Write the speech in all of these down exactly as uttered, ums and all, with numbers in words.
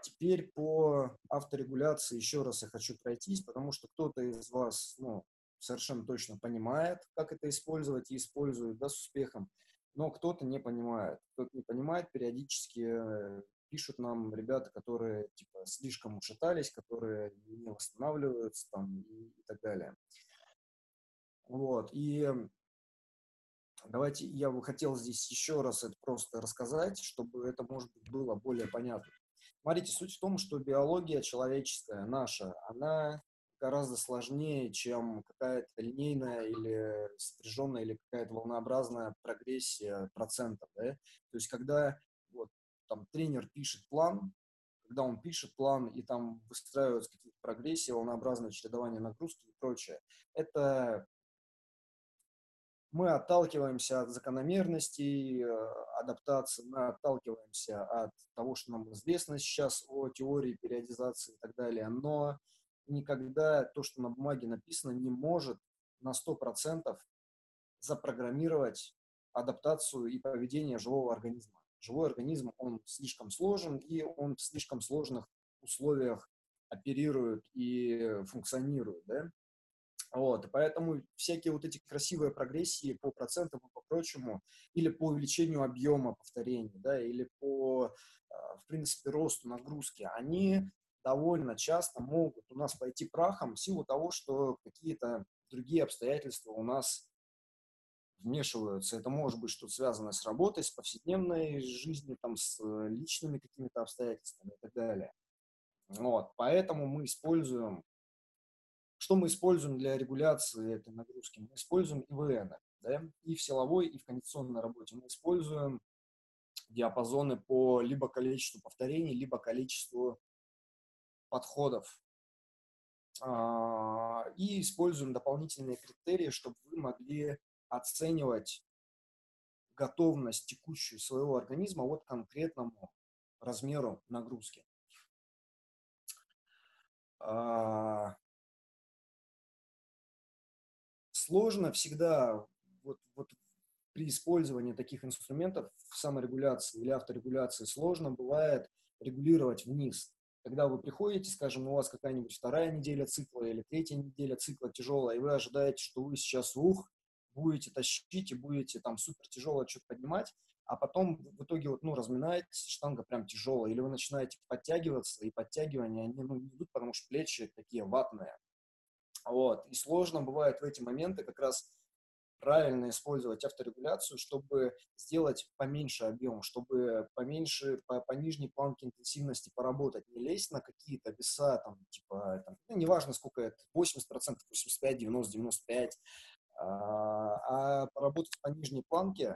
Теперь по авторегуляции еще раз я хочу пройтись, потому что кто-то из вас, ну, совершенно точно понимает, как это использовать и использует, да, с успехом, но кто-то не понимает. Кто-то не понимает, периодически э, пишут нам ребята, которые, типа, слишком ушатались, которые не восстанавливаются там и, и так далее. Вот, и давайте я бы хотел здесь еще раз это просто рассказать, чтобы это, может быть, было более понятно. Смотрите, суть в том, что биология человеческая, наша, она гораздо сложнее, чем какая-то линейная или сопряженная или какая-то волнообразная прогрессия процентов. Да? То есть, когда вот, там, тренер пишет план, когда он пишет план и там выстраиваются какие-то прогрессии, волнообразное чередование нагрузки и прочее, это мы отталкиваемся от закономерностей, э, адаптации, мы отталкиваемся от того, что нам известно сейчас о теории периодизации и так далее, но никогда то, что на бумаге написано, не может на сто процентов запрограммировать адаптацию и поведение живого организма. Живой организм, он слишком сложен, и он в слишком сложных условиях оперирует и функционирует, да? Вот, и поэтому всякие вот эти красивые прогрессии по процентам и по прочему, или по увеличению объема повторений, да, или по, в принципе, росту нагрузки, они довольно часто могут у нас пойти прахом в силу того, что какие-то другие обстоятельства у нас вмешиваются. Это может быть что-то связано с работой, с повседневной жизнью, там, с личными какими-то обстоятельствами и так далее. Вот, поэтому мы используем Что мы используем для регуляции этой нагрузки? Мы используем И В Н, да? И в силовой, и в кондиционной работе. Мы используем диапазоны по либо количеству повторений, либо количеству подходов. И используем дополнительные критерии, чтобы вы могли оценивать готовность текущую своего организма вот к конкретному размеру нагрузки. Сложно всегда вот, вот при использовании таких инструментов в саморегуляции или авторегуляции сложно бывает регулировать вниз. Когда вы приходите, скажем, у вас какая-нибудь вторая неделя цикла или третья неделя цикла тяжелая, и вы ожидаете, что вы сейчас ух, будете тащить и будете там супер тяжело что-то поднимать, а потом в итоге вот, ну, разминаетесь, штанга прям тяжелая, или вы начинаете подтягиваться, и подтягивания, они ну, не идут, потому что плечи такие ватные. Вот. И сложно бывает в эти моменты как раз правильно использовать авторегуляцию, чтобы сделать поменьше объем, чтобы поменьше, по, по нижней планке интенсивности поработать, не лезть на какие-то веса, там, типа, там, ну, неважно, сколько это, восемьдесят процентов, восемьдесят пять процентов, девяносто процентов, девяносто пять процентов, а, а поработать по нижней планке,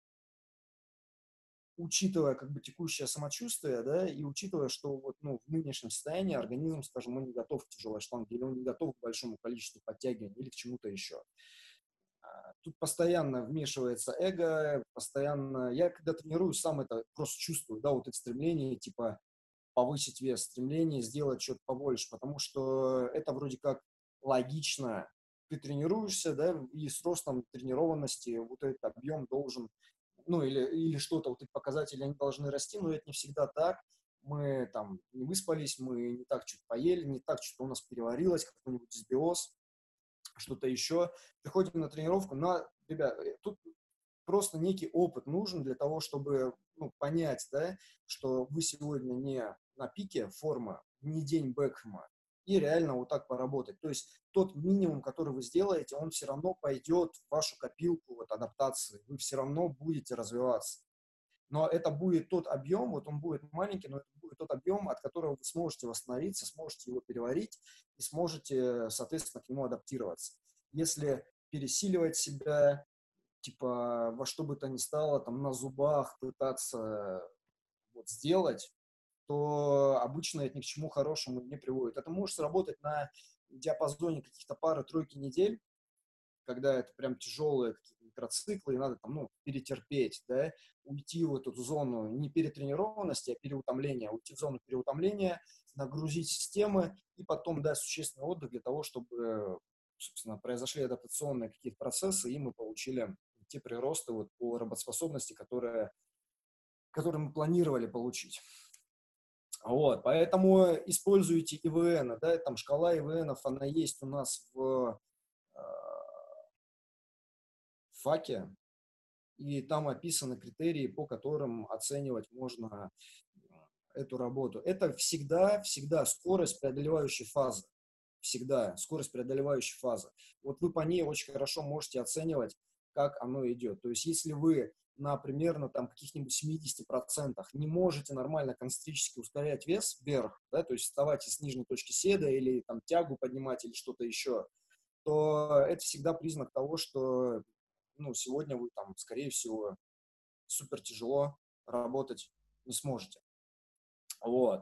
учитывая как бы текущее самочувствие, да, и учитывая, что вот, ну, в нынешнем состоянии организм, скажем, он не готов к тяжелой штанге, или он не готов к большому количеству подтягиваний, или к чему-то еще. Тут постоянно вмешивается эго, постоянно... Я когда тренирую, сам это просто чувствую, да, вот это стремление, типа, повысить вес, стремление сделать что-то побольше, потому что это вроде как логично. Ты тренируешься, да, и с ростом тренированности вот этот объем должен, ну, или, или что-то, вот эти показатели, они должны расти, но это не всегда так. Мы там не выспались, мы не так что-то поели, не так что-то у нас переварилось, какой-нибудь дисбиоз, что-то еще. Приходим на тренировку, на, ребят, тут просто некий опыт нужен для того, чтобы ну, понять, да, что вы сегодня не на пике формы, не день Бекхэма, и реально вот так поработать. То есть тот минимум, который вы сделаете, он все равно пойдет в вашу копилку вот, адаптации. Вы все равно будете развиваться. Но это будет тот объем, вот он будет маленький, но это будет тот объем, от которого вы сможете восстановиться, сможете его переварить и сможете, соответственно, к нему адаптироваться. Если пересиливать себя, типа, во что бы то ни стало, там, на зубах пытаться вот, сделать, то обычно это ни к чему хорошему не приводит. Это может сработать на диапазоне каких-то пары-тройки недель, когда это прям тяжелые какие-то микроциклы, и надо там, ну, перетерпеть, да, уйти в эту зону не перетренированности, а переутомления, уйти в зону переутомления, нагрузить системы, и потом дать существенный отдых для того, чтобы, собственно, произошли адаптационные какие-то процессы, и мы получили те приросты вот по работоспособности, которые, которые мы планировали получить. Вот, поэтому используйте И В Н, да, там шкала И В Н, она есть у нас в э, факе, и там описаны критерии, по которым оценивать можно эту работу. Это всегда, всегда скорость преодолевающей фазы. Всегда скорость преодолевающей фазы. Вот вы по ней очень хорошо можете оценивать, как оно идет. То есть если вы на примерно там каких-нибудь семидесяти процентах не можете нормально концентрически ускорять вес вверх, да, то есть вставать с нижней точки седа или там тягу поднимать или что-то еще, то это всегда признак того, что ну, сегодня вы там, скорее всего, супер тяжело работать не сможете. Вот.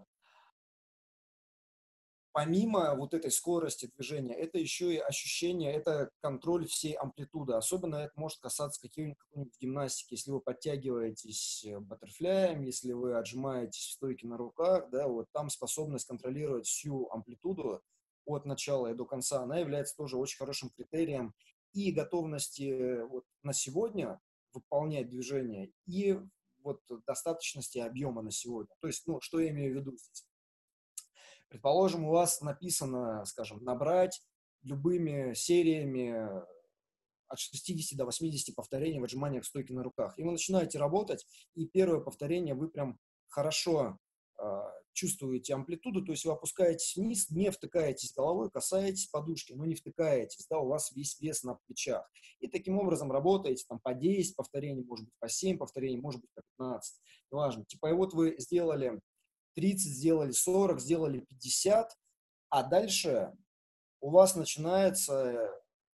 Помимо вот этой скорости движения, это еще и ощущение, это контроль всей амплитуды. Особенно это может касаться какой-нибудь, какой-нибудь гимнастики. Если вы подтягиваетесь баттерфляем, если вы отжимаетесь в стойке на руках, да, вот там способность контролировать всю амплитуду от начала и до конца, она является тоже очень хорошим критерием и готовности вот на сегодня выполнять движение, и вот достаточности объема на сегодня. То есть, ну, что я имею в виду здесь? Предположим, у вас написано, скажем, набрать любыми сериями от шестидесяти до восьмидесяти повторений в отжиманиях в стойке на руках. И вы начинаете работать, и первое повторение вы прям хорошо э, чувствуете амплитуду, то есть вы опускаетесь вниз, не втыкаетесь головой, касаетесь подушки, но не втыкаетесь, да, у вас весь вес на плечах. И таким образом работаете там по десять повторений, может быть, по семь повторений, может быть, по пятнадцать, неважно. Типа, и вот вы сделали тридцать, сделали сорок, сделали пятьдесят, а дальше у вас начинается,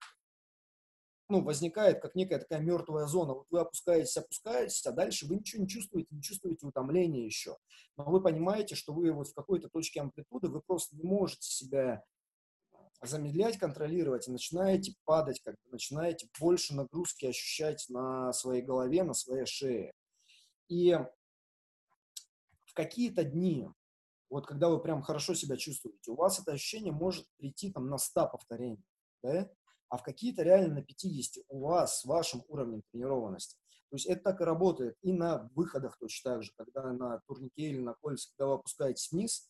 ну, возникает как некая такая мертвая зона. Вот вы опускаетесь, опускаетесь, а дальше вы ничего не чувствуете, не чувствуете утомления еще. Но вы понимаете, что вы вот в какой-то точке амплитуды, вы просто не можете себя замедлять, контролировать, и начинаете падать, как бы начинаете больше нагрузки ощущать на своей голове, на своей шее. И в какие-то дни, вот когда вы прям хорошо себя чувствуете, у вас это ощущение может прийти там на сто повторений, да? А в какие-то реально на пятидесяти у вас с вашим уровнем тренированности. То есть это так и работает и на выходах точно так же, когда на турнике или на кольце, когда вы опускаетесь вниз,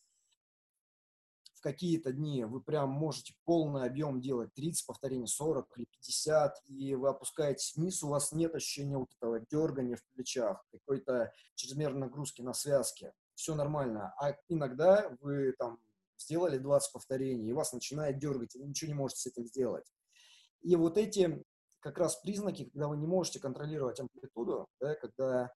в какие-то дни вы прям можете полный объем делать, тридцать повторений, сорок или пятьдесят, и вы опускаетесь вниз, у вас нет ощущения вот этого дергания в плечах, какой-то чрезмерной нагрузки на связки. Все нормально. А иногда вы там сделали двадцать повторений, и вас начинает дергать, и вы ничего не можете с этим сделать. И вот эти как раз признаки, когда вы не можете контролировать амплитуду, да, когда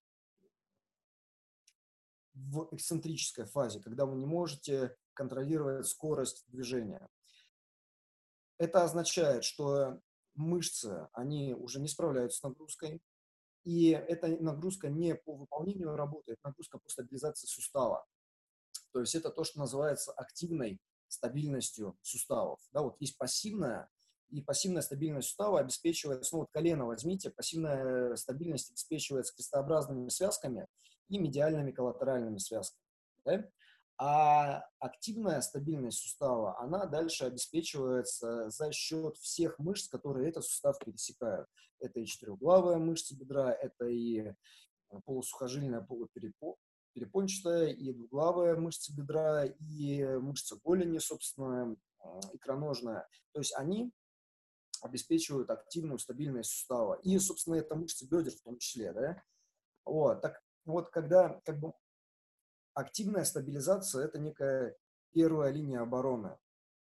в эксцентрической фазе, когда вы не можете контролировать скорость движения. Это означает, что мышцы, они уже не справляются с нагрузкой, и эта нагрузка не по выполнению работы, это нагрузка по стабилизации сустава. То есть это то, что называется активной стабильностью суставов. Да, вот есть пассивная, и пассивная стабильность сустава обеспечивается, ну вот колено возьмите, пассивная стабильность обеспечивается крестообразными связками и медиальными коллатеральными связками. Да? А активная стабильность сустава, она дальше обеспечивается за счет всех мышц, которые этот сустав пересекают. Это и четырехглавая мышца бедра, это и полусухожильная, полуперепончатая, и двуглавая мышца бедра, и мышца голени, собственно, икроножная. То есть они обеспечивают активную стабильность сустава. И, собственно, это мышцы бедер в том числе, да? Вот, так вот, когда как бы активная стабилизация – это некая первая линия обороны.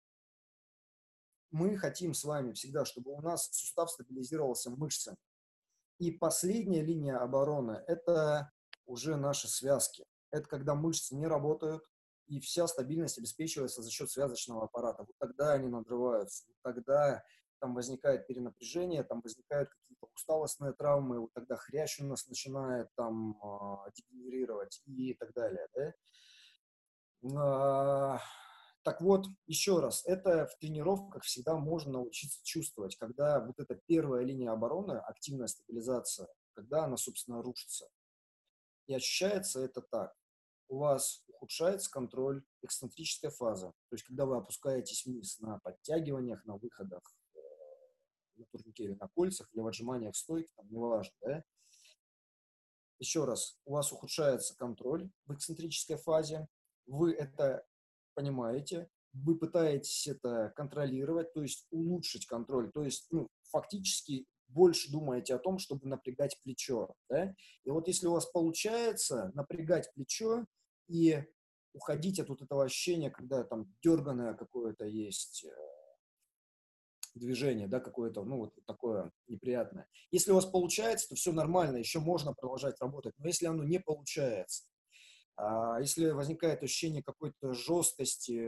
Мы хотим с вами всегда, чтобы у нас сустав стабилизировался мышцами. И последняя линия обороны – это уже наши связки. Это когда мышцы не работают, и вся стабильность обеспечивается за счет связочного аппарата. Вот тогда они надрываются, вот тогда там возникает перенапряжение, там возникают какие-то усталостные травмы, вот тогда хрящ у нас начинает там э, дегенерировать и так далее. Да? Так вот, еще раз, это в тренировках всегда можно научиться чувствовать, когда вот эта первая линия обороны, активная стабилизация, когда она, собственно, рушится. И ощущается это так. У вас ухудшается контроль эксцентрической фазы, то есть когда вы опускаетесь вниз на подтягиваниях, на выходах, э, на турнике или на кольцах, или в отжиманиях стойки, там, неважно, да? Еще раз, у вас ухудшается контроль в эксцентрической фазе, вы это понимаете, вы пытаетесь это контролировать, то есть улучшить контроль, то есть ну, фактически больше думаете о том, чтобы напрягать плечо. Да? И вот если у вас получается напрягать плечо и уходить от вот этого ощущения, когда там дерганое какое-то есть движение, да, какое-то, ну, вот такое неприятное. Если у вас получается, то все нормально, еще можно продолжать работать. Но если оно не получается, а если возникает ощущение какой-то жесткости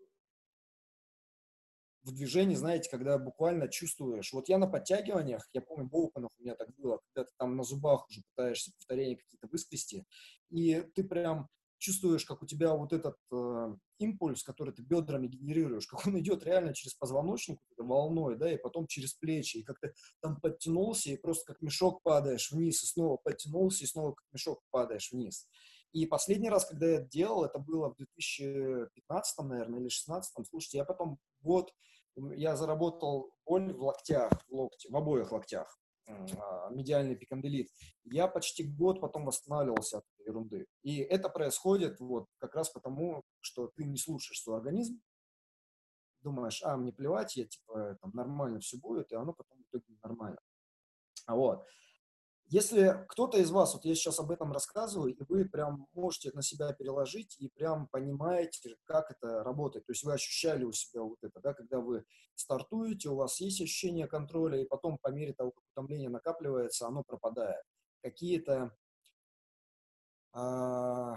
в движении, знаете, когда буквально чувствуешь, вот я на подтягиваниях, я помню, в опенах у меня так было, когда ты там на зубах уже пытаешься повторения какие-то выскрести, и ты прям чувствуешь, как у тебя вот этот э, импульс, который ты бедрами генерируешь, как он идет реально через позвоночник волной, да, и потом через плечи, и как ты там подтянулся, и просто как мешок падаешь вниз, и снова подтянулся, и снова как мешок падаешь вниз. И последний раз, когда я это делал, это было в две тысячи пятнадцатом, наверное, или шестнадцатом. Слушайте, я потом год я заработал боль в локтях, в локте, в обоих локтях, медиальный пикандилит. Я почти год потом восстанавливался от этой ерунды. И это происходит вот как раз потому, что ты не слушаешь свой организм, думаешь, а, мне плевать, я типа там нормально все будет, и оно потом в итоге нормально. Вот. Если кто-то из вас, вот я сейчас об этом рассказываю, и вы прям можете на себя переложить и прям понимаете, как это работает. То есть вы ощущали у себя вот это, да, когда вы стартуете, у вас есть ощущение контроля, и потом по мере того, как утомление накапливается, оно пропадает. Какие-то а,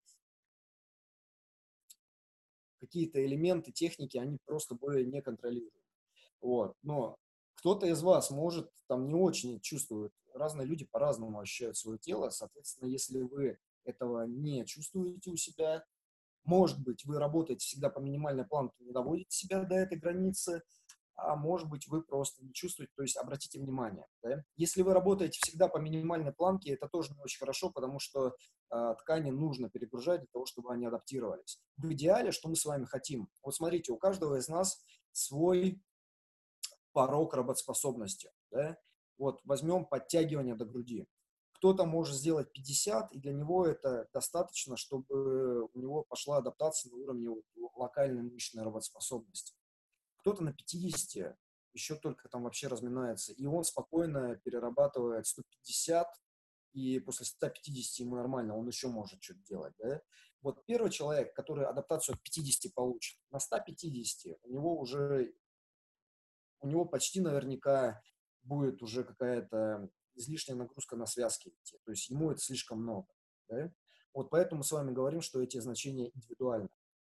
какие-то элементы техники, они просто более неконтролируемы. Вот. Но кто-то из вас может там не очень чувствует. Разные люди по-разному ощущают свое тело. Соответственно, если вы этого не чувствуете у себя, может быть, вы работаете всегда по минимальной планке, не доводите себя до этой границы, а может быть, вы просто не чувствуете, то есть обратите внимание. Да? Если вы работаете всегда по минимальной планке, это тоже не очень хорошо, потому что э, ткани нужно перегружать для того, чтобы они адаптировались. В идеале, что мы с вами хотим? Вот смотрите, у каждого из нас свой порог работоспособности. Да? Вот возьмем подтягивание до груди. Кто-то может сделать пятьдесят, и для него это достаточно, чтобы у него пошла адаптация на уровне вот локальной мышечной работоспособности. Кто-то на пятидесяти еще только там вообще разминается, и он спокойно перерабатывает сто пятьдесят, и после ста пятидесяти ему нормально, он еще может что-то делать. Да? Вот первый человек, который адаптацию от пятидесяти получит, на ста пятидесяти у него уже у него почти наверняка будет уже какая-то излишняя нагрузка на связки идти. То есть ему это слишком много. Да? Вот поэтому мы с вами говорим, что эти значения индивидуальны.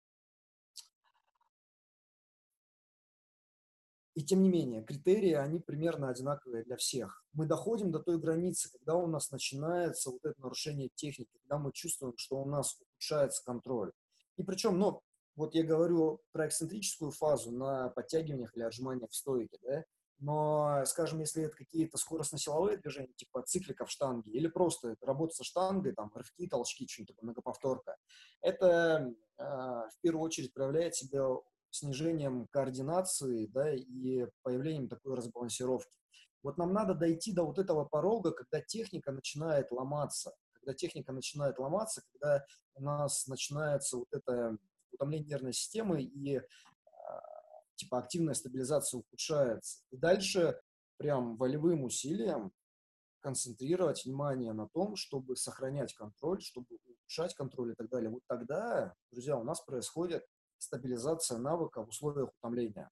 И тем не менее, критерии, они примерно одинаковые для всех. Мы доходим до той границы, когда у нас начинается вот это нарушение техники, когда мы чувствуем, что у нас ухудшается контроль. И причем, ну, вот я говорю про эксцентрическую фазу на подтягиваниях или отжиманиях в стойке, да, но, скажем, если это какие-то скоростно-силовые движения, типа цикликов штанги, или просто работа со штангой, там, рывки, толчки, что-нибудь такое, многоповторка, это э, в первую очередь проявляет себя снижением координации, да, и появлением такой разбалансировки. Вот нам надо дойти до вот этого порога, когда техника начинает ломаться, когда техника начинает ломаться, когда у нас начинается вот это утомление нервной системы и типа активная стабилизация ухудшается. И дальше прям волевым усилием концентрировать внимание на том, чтобы сохранять контроль, чтобы улучшать контроль и так далее. Вот тогда, друзья, у нас происходит стабилизация навыка в условиях утомления.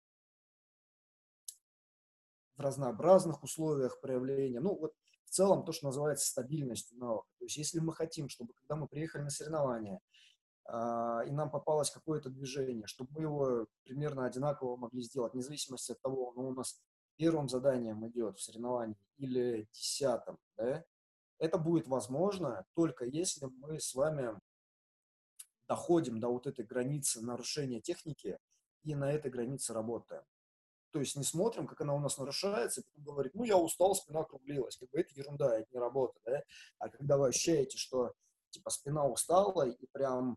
В разнообразных условиях проявления. Ну, вот в целом то, что называется стабильностью навыка. То есть если мы хотим, чтобы когда мы приехали на соревнования, и нам попалось какое-то движение, чтобы мы его примерно одинаково могли сделать, вне зависимости от того, оно у нас первым заданием идет в соревновании или десятым, да, это будет возможно только если мы с вами доходим до вот этой границы нарушения техники и на этой границе работаем. То есть не смотрим, как она у нас нарушается, и потом говорит, ну, я устал, спина округлилась. Как бы это ерунда, это не работа, да? А когда вы ощущаете, что типа спина устала и прям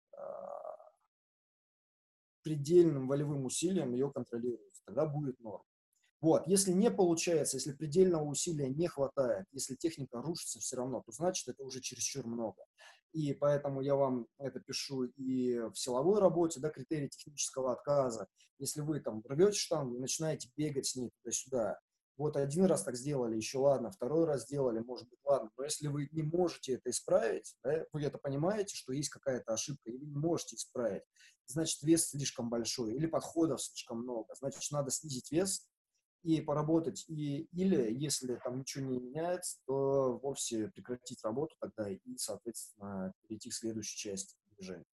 предельным волевым усилием ее контролируете, тогда будет норм. Вот, если не получается, если предельного усилия не хватает, если техника рушится все равно, то значит это уже чересчур много. И поэтому я вам это пишу и в силовой работе, да, критерий технического отказа. Если вы там рвете штангу и начинаете бегать с ней туда-сюда, вот один раз так сделали, еще ладно, второй раз сделали, может быть, ладно. Но если вы не можете это исправить, да, вы это понимаете, что есть какая-то ошибка, и вы не можете исправить, значит, вес слишком большой или подходов слишком много, значит, надо снизить вес и поработать, и, или, если там ничего не меняется, то вовсе прекратить работу тогда и, соответственно, перейти к следующей части движения.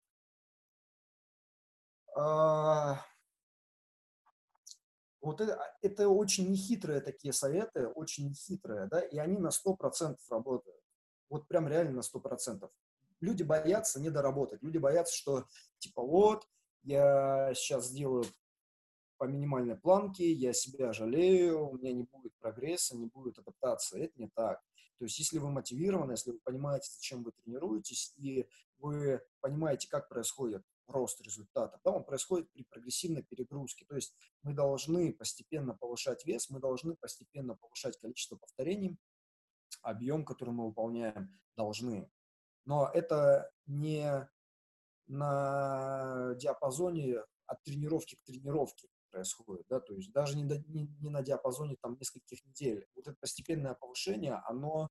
А, вот это, это очень нехитрые такие советы, очень нехитрые, да, и они на сто процентов работают. Вот прям реально на сто процентов. Люди боятся не доработать, люди боятся, что типа вот, я сейчас сделаю по минимальной планке, я себя жалею, у меня не будет прогресса, не будет адаптации. Это не так. То есть, если вы мотивированы, если вы понимаете, зачем вы тренируетесь, и вы понимаете, как происходит рост результатов, да, он происходит при прогрессивной перегрузке. То есть, мы должны постепенно повышать вес, мы должны постепенно повышать количество повторений, объем, который мы выполняем, должны. Но это не на диапазоне от тренировки к тренировке происходит, да, то есть даже не, до, не, не на диапазоне там нескольких недель. Вот это постепенное повышение, оно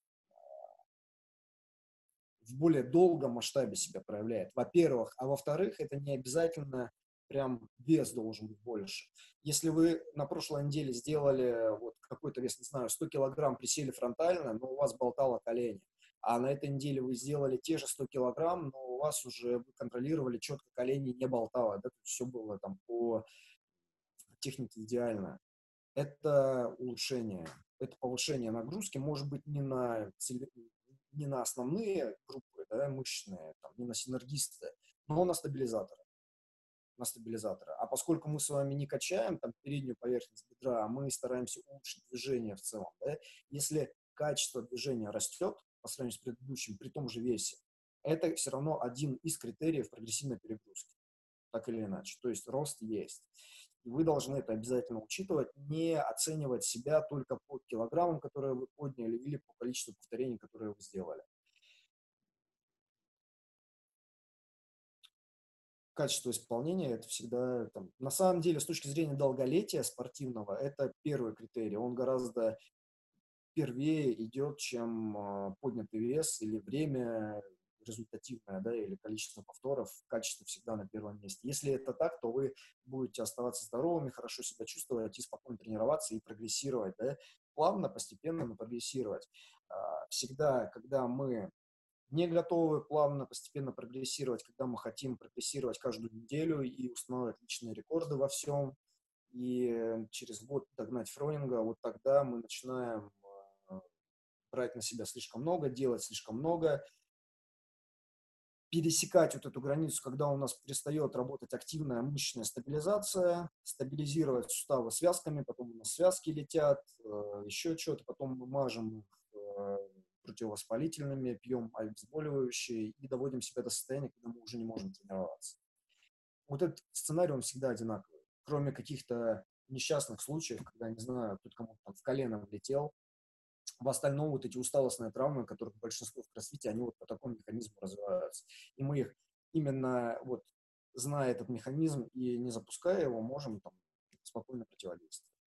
в более долгом масштабе себя проявляет, во-первых, а во-вторых, это не обязательно прям вес должен быть больше. Если вы на прошлой неделе сделали вот какой-то вес, не знаю, сто килограмм, присели фронтально, но у вас болтало колени, а на этой неделе вы сделали те же сто килограмм, но у вас уже вы контролировали четко, колени не болтало, да, все было там по технике идеально. Это улучшение, это повышение нагрузки, может быть, не на, цели, не на основные группы, да, мышечные, там, не на синергисты, но на стабилизаторы. на стабилизатора. А поскольку мы с вами не качаем там переднюю поверхность бедра, а мы стараемся улучшить движение в целом, да, если качество движения растет по сравнению с предыдущим при том же весе, это все равно один из критериев прогрессивной перегрузки, так или иначе. То есть рост есть. И вы должны это обязательно учитывать, не оценивать себя только по килограммам, которые вы подняли, или по количеству повторений, которые вы сделали. Качество исполнения это всегда там, на самом деле с точки зрения долголетия спортивного это первый критерий, он гораздо первее идет, чем э, поднятый вес или время результативное, да, или количество повторов, качество всегда на первом месте. Если это так, то вы будете оставаться здоровыми, хорошо себя чувствовать и спокойно тренироваться и прогрессировать, да, плавно, постепенно, но прогрессировать. А, всегда, когда мы не готовы плавно, постепенно прогрессировать, когда мы хотим прогрессировать каждую неделю и устанавливать личные рекорды во всем, и через год догнать Фронинга, вот тогда мы начинаем э, брать на себя слишком много, делать слишком много, пересекать вот эту границу, когда у нас перестает работать активная мышечная стабилизация, стабилизировать суставы связками, потом у нас связки летят, э, еще что-то, потом мы мажем их э, противовоспалительными, пьем обезболивающие и доводим себя до состояния, когда мы уже не можем тренироваться. Вот этот сценарий, он всегда одинаковый, кроме каких-то несчастных случаев, когда, не знаю, тут кому-то там в колено влетел. В остальном вот эти усталостные травмы, которых большинство в кроссфите, они вот по такому механизму развиваются. И мы их именно вот зная этот механизм и не запуская его, можем там спокойно противодействовать.